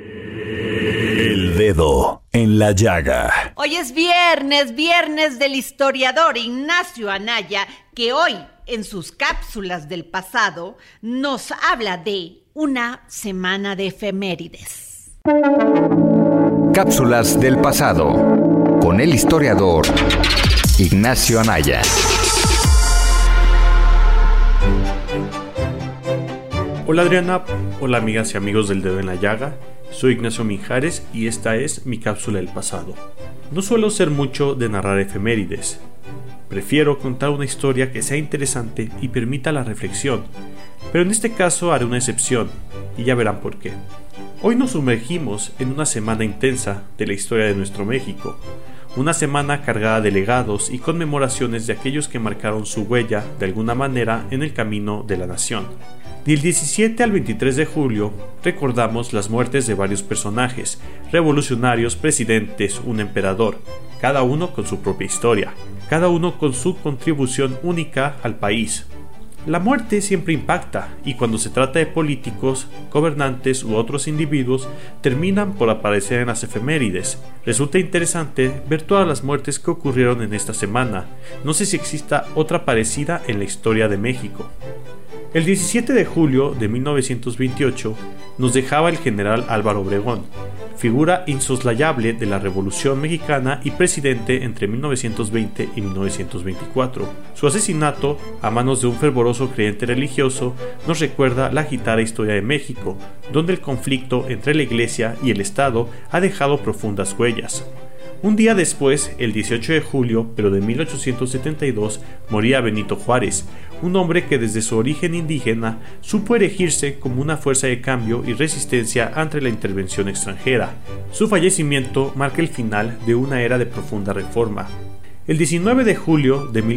Speaker 2: El dedo en la llaga.
Speaker 3: Hoy es viernes del historiador Ignacio Anaya, que hoy en sus cápsulas del pasado nos habla de una semana de efemérides.
Speaker 5: Cápsulas del pasado con el historiador Ignacio Anaya.
Speaker 12: Hola Adriana, hola amigas y amigos del Dedo en la Llaga. Soy Ignacio Mijares y esta es mi cápsula del pasado. No suelo ser mucho de narrar efemérides. Prefiero contar una historia que sea interesante y permita la reflexión, pero en este caso haré una excepción, y ya verán por qué. Hoy nos sumergimos en una semana intensa de la historia de nuestro México, una semana cargada de legados y conmemoraciones de aquellos que marcaron su huella de alguna manera en el camino de la nación. Del 17 al 23 de julio recordamos las muertes de varios personajes, revolucionarios, presidentes, un emperador, cada uno con su propia historia, cada uno con su contribución única al país. La muerte siempre impacta y cuando se trata de políticos, gobernantes u otros individuos terminan por aparecer en las efemérides. Resulta interesante ver todas las muertes que ocurrieron en esta semana. No sé si exista otra parecida en la historia de México. El 17 de julio de 1928 nos dejaba el general Álvaro Obregón, figura insoslayable de la Revolución Mexicana y presidente entre 1920 y 1924. Su asesinato, a manos de un fervoroso creyente religioso, nos recuerda la agitada historia de México, donde el conflicto entre la Iglesia y el Estado ha dejado profundas huellas. Un día después, el 18 de julio, pero de 1872, moría Benito Juárez, un hombre que desde su origen indígena supo erigirse como una fuerza de cambio y resistencia ante la intervención extranjera. Su fallecimiento marca el final de una era de profunda reforma. El 19 de julio de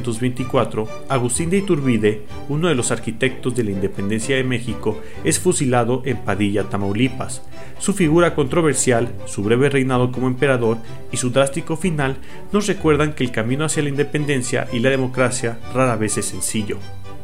Speaker 12: 1824, Agustín de Iturbide, uno de los arquitectos de la independencia de México, es fusilado en Padilla, Tamaulipas. Su figura controversial, su breve reinado como emperador y su drástico final nos recuerdan que el camino hacia la independencia y la democracia rara vez es sencillo.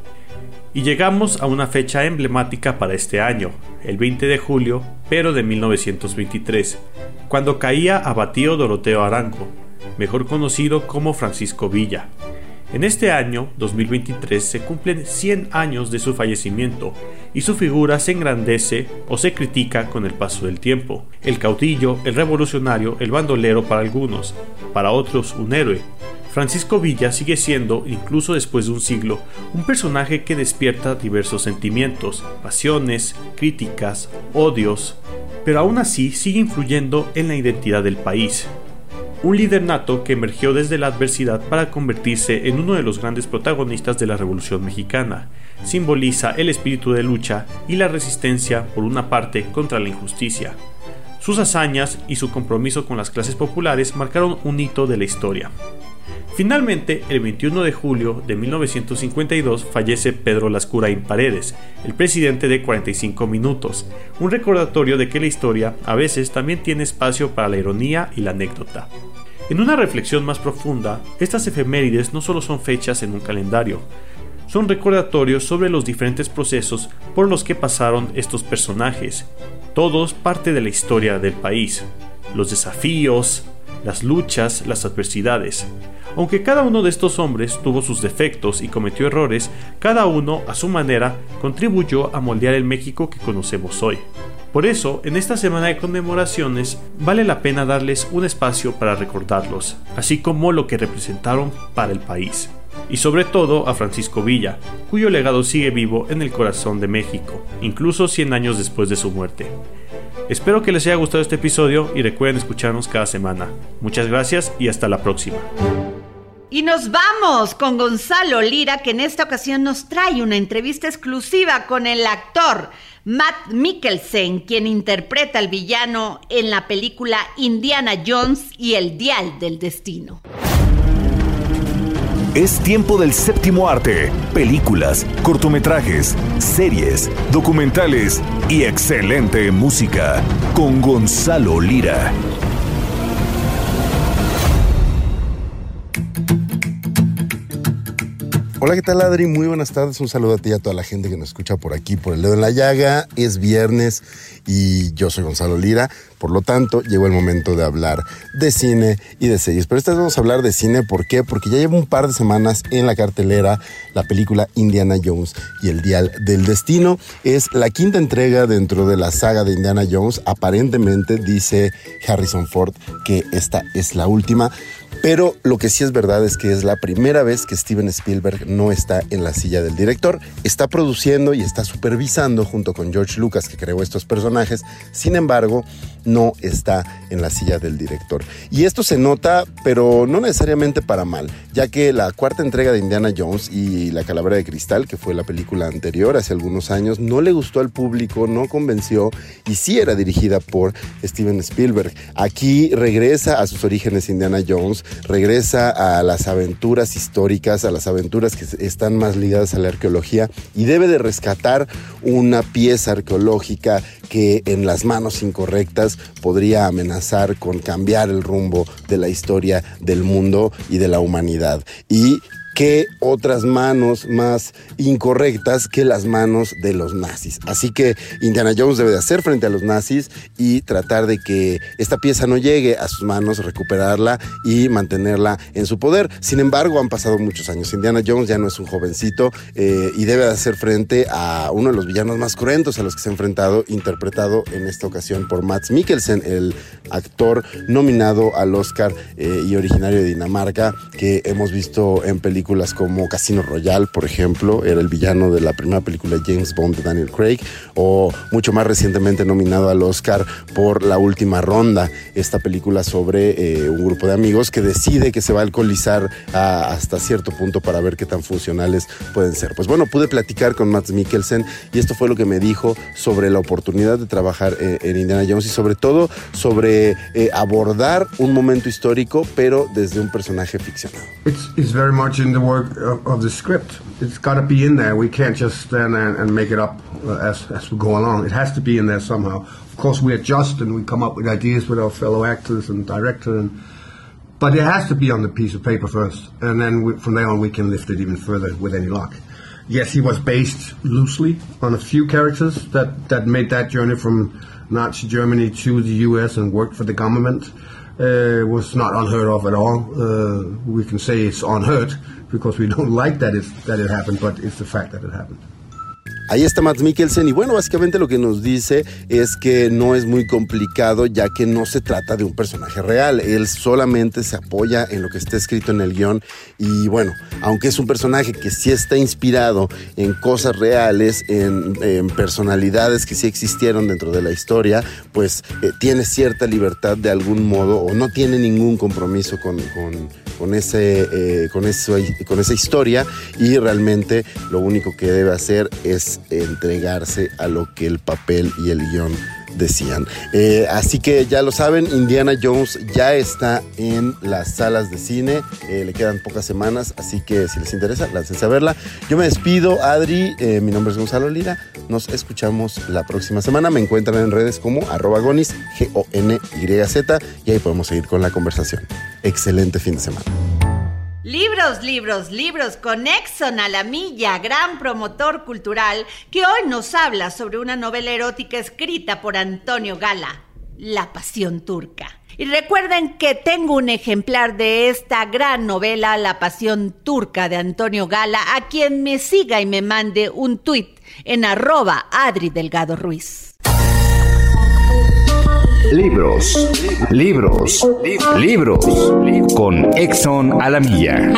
Speaker 12: Y llegamos a una fecha emblemática para este año, el 20 de julio, pero de 1923, cuando caía abatido Doroteo Arango, mejor conocido como Francisco Villa. En este año, 2023, se cumplen 100 años de su fallecimiento y su figura se engrandece o se critica con el paso del tiempo. El caudillo, el revolucionario, el bandolero para algunos, para otros un héroe. Francisco Villa sigue siendo, incluso después de un siglo, un personaje que despierta diversos sentimientos, pasiones, críticas, odios, pero aún así sigue influyendo en la identidad del país. Un líder nato que emergió desde la adversidad para convertirse en uno de los grandes protagonistas de la Revolución Mexicana. Simboliza el espíritu de lucha y la resistencia por una parte contra la injusticia. Sus hazañas y su compromiso con las clases populares marcaron un hito de la historia. Finalmente, el 21 de julio de 1952 fallece Pedro Lascurain Paredes, el presidente de 45 Minutos, un recordatorio de que la historia a veces también tiene espacio para la ironía y la anécdota. En una reflexión más profunda, estas efemérides no solo son fechas en un calendario, son recordatorios sobre los diferentes procesos por los que pasaron estos personajes, todos parte de la historia del país. los desafíos, las luchas, las adversidades. Aunque cada uno de estos hombres tuvo sus defectos y cometió errores, cada uno, a su manera, contribuyó a moldear el México que conocemos hoy. Por eso, en esta semana de conmemoraciones, vale la pena darles un espacio para recordarlos, así como lo que representaron para el país. Y sobre todo a Francisco Villa, cuyo legado sigue vivo en el corazón de México, incluso 100 años después de su muerte. Espero que les haya gustado este episodio y recuerden escucharnos cada semana. Muchas gracias y hasta la próxima.
Speaker 3: Y nos vamos con Gonzalo Lira, que en esta ocasión nos trae una entrevista exclusiva con el actor Mads Mikkelsen, quien interpreta al villano en la película Indiana Jones y el Dial del Destino.
Speaker 2: Es tiempo del séptimo arte, películas, cortometrajes, series, documentales y excelente música con Gonzalo Lira.
Speaker 13: Hola, ¿qué tal, Adri? Muy buenas tardes, un saludo a ti y a toda la gente que nos escucha por aquí, por El Dedo en la Llaga. Es viernes y yo soy Gonzalo Lira, por lo tanto, llegó el momento de hablar de cine y de series. Pero esta vez vamos a hablar de cine, ¿por qué? Porque ya lleva un par de semanas en la cartelera la película Indiana Jones y el Dial del Destino. Es la quinta entrega dentro de la saga de Indiana Jones. Aparentemente dice Harrison Ford que esta es la última. Pero lo que sí es verdad es que es la primera vez que Steven Spielberg no está en la silla del director. Está produciendo y está supervisando junto con George Lucas, que creó estos personajes. Sin embargo, no está en la silla del director. Y esto se nota, pero no necesariamente para mal, ya que la cuarta entrega de Indiana Jones y La Calavera de Cristal, que fue la película anterior hace algunos años, no le gustó al público, no convenció y sí era dirigida por Steven Spielberg. Aquí regresa a sus orígenes Indiana Jones, regresa a las aventuras históricas, a las aventuras que están más ligadas a la arqueología y debe de rescatar una pieza arqueológica que en las manos incorrectas podría amenazar con cambiar el rumbo de la historia del mundo y de la humanidad. Y qué otras manos más incorrectas que las manos de los nazis. Así que Indiana Jones debe de hacer frente a los nazis y tratar de que esta pieza no llegue a sus manos, recuperarla y mantenerla en su poder. Sin embargo, han pasado muchos años. Indiana Jones ya no es un jovencito y debe de hacer frente a uno de los villanos más cruentos a los que se ha enfrentado, interpretado en esta ocasión por Mads Mikkelsen, el actor nominado al Oscar y originario de Dinamarca, que hemos visto en películas como Casino Royale, por ejemplo, era el villano de la primera película de James Bond de Daniel Craig, o mucho más recientemente nominado al Oscar por La Última Ronda, esta película sobre un grupo de amigos que decide que se va a alcoholizar hasta cierto punto para ver qué tan funcionales pueden ser. Pues bueno, pude platicar con Mads Mikkelsen y esto fue lo que me dijo sobre la oportunidad de trabajar en Indiana Jones y sobre todo sobre abordar un momento histórico, pero desde un personaje ficcionado.
Speaker 14: It's very much in the work of the script. It's got to be in there. We can't just stand and make it up as we go along. It has to be in there somehow. Of course, we adjust and we come up with ideas with our fellow actors and director, but it has to be on the piece of paper first, and then from there on we can lift it even further with any luck. Yes, he was based loosely on a few characters that made that journey from Nazi Germany to the U.S. and worked for the government. Was not unheard of at all. We can say it's unheard because we don't like that it happened, but it's the fact that it happened.
Speaker 13: Ahí está Mads Mikkelsen y bueno, básicamente lo que nos dice es que no es muy complicado ya que no se trata de un personaje real. Él solamente se apoya en lo que está escrito en el guión y bueno, aunque es un personaje que sí está inspirado en cosas reales, en personalidades que sí existieron dentro de la historia, pues tiene cierta libertad de algún modo o no tiene ningún compromiso con esa historia y realmente lo único que debe hacer es entregarse a lo que el papel y el guión decían. Así que ya lo saben, Indiana Jones ya está en las salas de cine, le quedan pocas semanas, así que si les interesa, láncense a verla. Yo me despido, Adri, mi nombre es Gonzalo Lira, nos escuchamos la próxima semana, me encuentran en redes como @gonis, GONYZ, y ahí podemos seguir con la conversación. Excelente fin de semana.
Speaker 3: Libros con Exxon a la milla, gran promotor cultural, que hoy nos habla sobre una novela erótica escrita por Antonio Gala, La Pasión Turca. Y recuerden que tengo un ejemplar de esta gran novela, La Pasión Turca, de Antonio Gala, a quien me siga y me mande un tuit en @Adri Delgado Ruiz.
Speaker 5: Libros, libros, libros, con Exxon a la milla.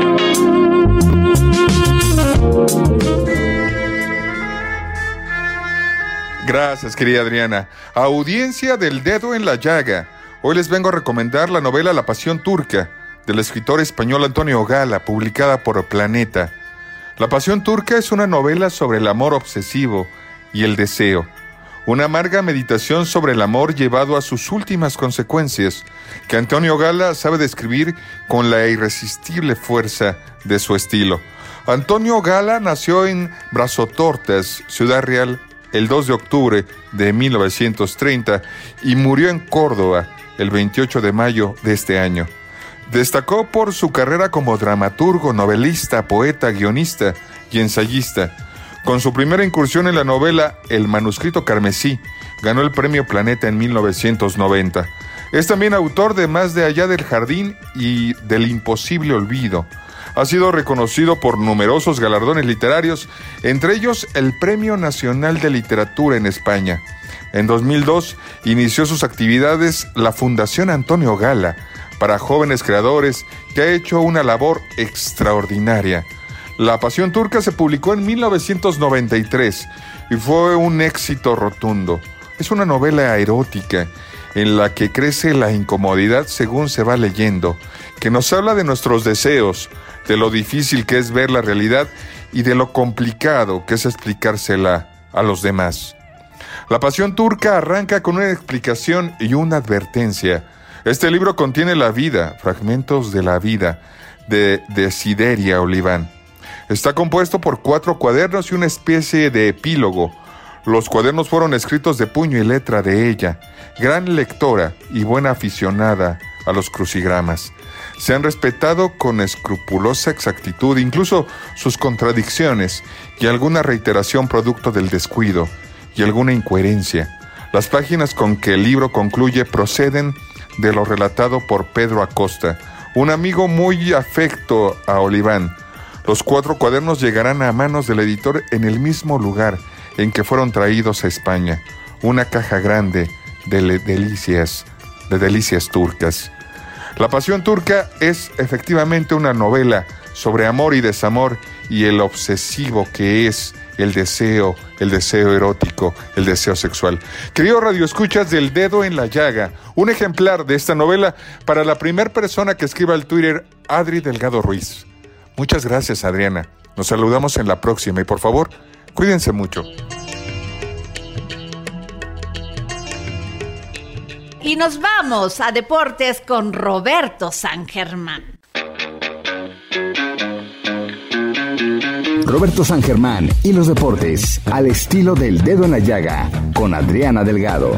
Speaker 15: Gracias, querida Adriana. Audiencia del Dedo en la Llaga. Hoy les vengo a recomendar la novela La Pasión Turca, del escritor español Antonio Gala, publicada por Planeta. La Pasión Turca es una novela sobre el amor obsesivo y el deseo. Una amarga meditación sobre el amor llevado a sus últimas consecuencias, que Antonio Gala sabe describir con la irresistible fuerza de su estilo. Antonio Gala nació en Brazotortas, Ciudad Real, el 2 de octubre de 1930 y murió en Córdoba el 28 de mayo de este año. Destacó por su carrera como dramaturgo, novelista, poeta, guionista y ensayista. Con su primera incursión en la novela El manuscrito carmesí, ganó el premio Planeta en 1990. Es también autor de Más de allá del jardín y del imposible olvido. Ha sido reconocido por numerosos galardones literarios, entre ellos el Premio Nacional de Literatura en España. En 2002 inició sus actividades la Fundación Antonio Gala, para jóvenes creadores, que ha hecho una labor extraordinaria. La Pasión Turca se publicó en 1993 y fue un éxito rotundo. Es una novela erótica en la que crece la incomodidad según se va leyendo, que nos habla de nuestros deseos, de lo difícil que es ver la realidad y de lo complicado que es explicársela a los demás. La Pasión Turca arranca con una explicación y una advertencia. Este libro contiene la vida, fragmentos de la vida, de Desideria Oliván. Está compuesto por 4 cuadernos y una especie de epílogo. Los cuadernos fueron escritos de puño y letra de ella, gran lectora y buena aficionada a los crucigramas. Se han respetado con escrupulosa exactitud incluso sus contradicciones y alguna reiteración producto del descuido y alguna incoherencia. Las páginas con que el libro concluye proceden de lo relatado por Pedro Acosta, un amigo muy afecto a Oliván. Los 4 cuadernos llegarán a manos del editor en el mismo lugar en que fueron traídos a España, una caja grande de delicias turcas. La Pasión Turca es efectivamente una novela sobre amor y desamor y el obsesivo que es el deseo erótico, el deseo sexual. Queridos radioescuchas del Dedo en la Llaga, un ejemplar de esta novela para la primera persona que escriba al Twitter Adri Delgado Ruiz. Muchas gracias, Adriana. Nos saludamos en la próxima y por favor, cuídense mucho.
Speaker 3: Y nos vamos a deportes con Roberto San Germán.
Speaker 5: Roberto San Germán y los deportes al estilo del Dedo en la Llaga con Adriana Delgado.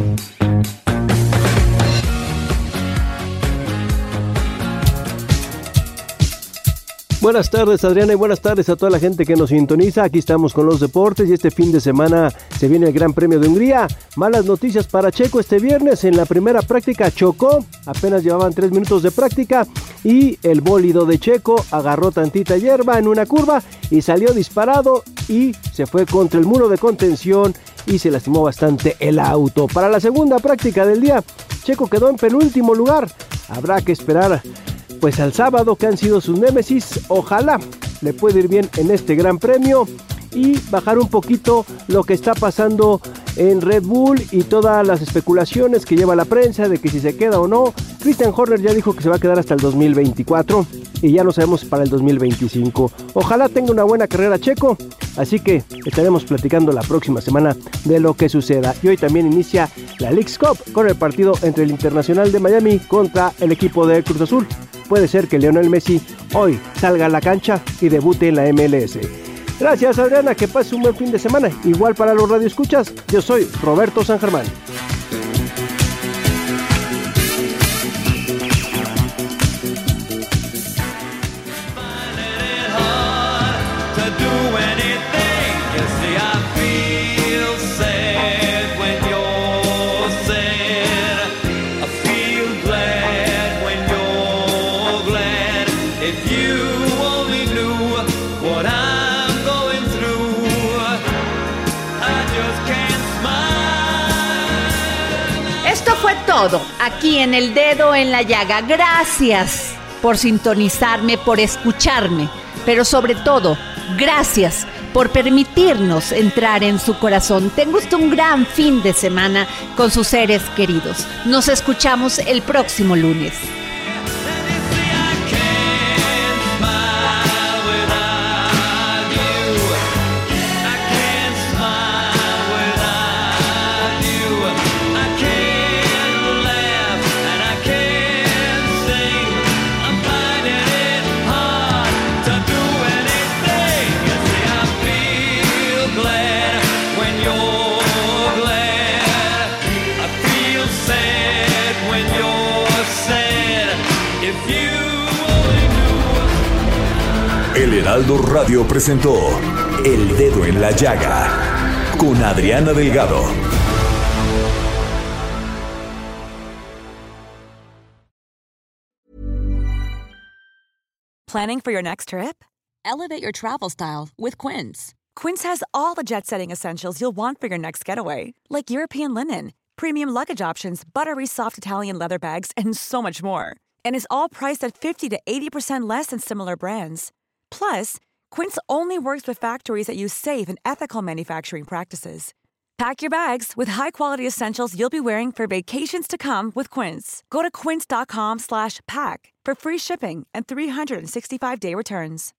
Speaker 16: Buenas tardes, Adriana, y buenas tardes a toda la gente que nos sintoniza. Aquí estamos con los deportes y este fin de semana se viene el Gran Premio de Hungría. Malas noticias para Checo este viernes. En la primera práctica chocó, apenas llevaban 3 minutos de práctica y el bólido de Checo agarró tantita hierba en una curva y salió disparado y se fue contra el muro de contención y se lastimó bastante el auto. Para la segunda práctica del día, Checo quedó en penúltimo lugar. Habrá que esperar pues al sábado, que han sido sus némesis. Ojalá le pueda ir bien en este Gran Premio y bajar un poquito lo que está pasando en Red Bull y todas las especulaciones que lleva la prensa de que si se queda o no. Christian Horner ya dijo que se va a quedar hasta el 2024 y ya no sabemos para el 2025. Ojalá tenga una buena carrera Checo, así que estaremos platicando la próxima semana de lo que suceda. Y hoy también inicia la Leagues Cup con el partido entre el Internacional de Miami contra el equipo de Cruz Azul. Puede ser que Lionel Messi hoy salga a la cancha y debute en la MLS. Gracias, Adriana, que pase un buen fin de semana. Igual para los radioescuchas, yo soy Roberto San Germán.
Speaker 17: Feel glad.
Speaker 3: todo, aquí en El Dedo en la Llaga. Gracias por sintonizarme, por escucharme, pero sobre todo, gracias por permitirnos entrar en su corazón. Tenga usted un gran fin de semana con sus seres queridos. Nos escuchamos el próximo lunes.
Speaker 2: El Heraldo Radio presentó El Dedo en la Llaga con Adriana Delgado.
Speaker 17: Planning for your next trip? Elevate your travel style with Quince. Quince has all the jet-setting essentials you'll want for your next getaway, like European linen, premium luggage options, buttery soft Italian leather bags, and so much more. And is all priced at 50 to 80% less than similar brands. Plus, Quince only works with factories that use safe and ethical manufacturing practices. Pack your bags with high-quality essentials you'll be wearing for vacations to come with Quince. Go to quince.com/pack for free shipping and 365-day returns.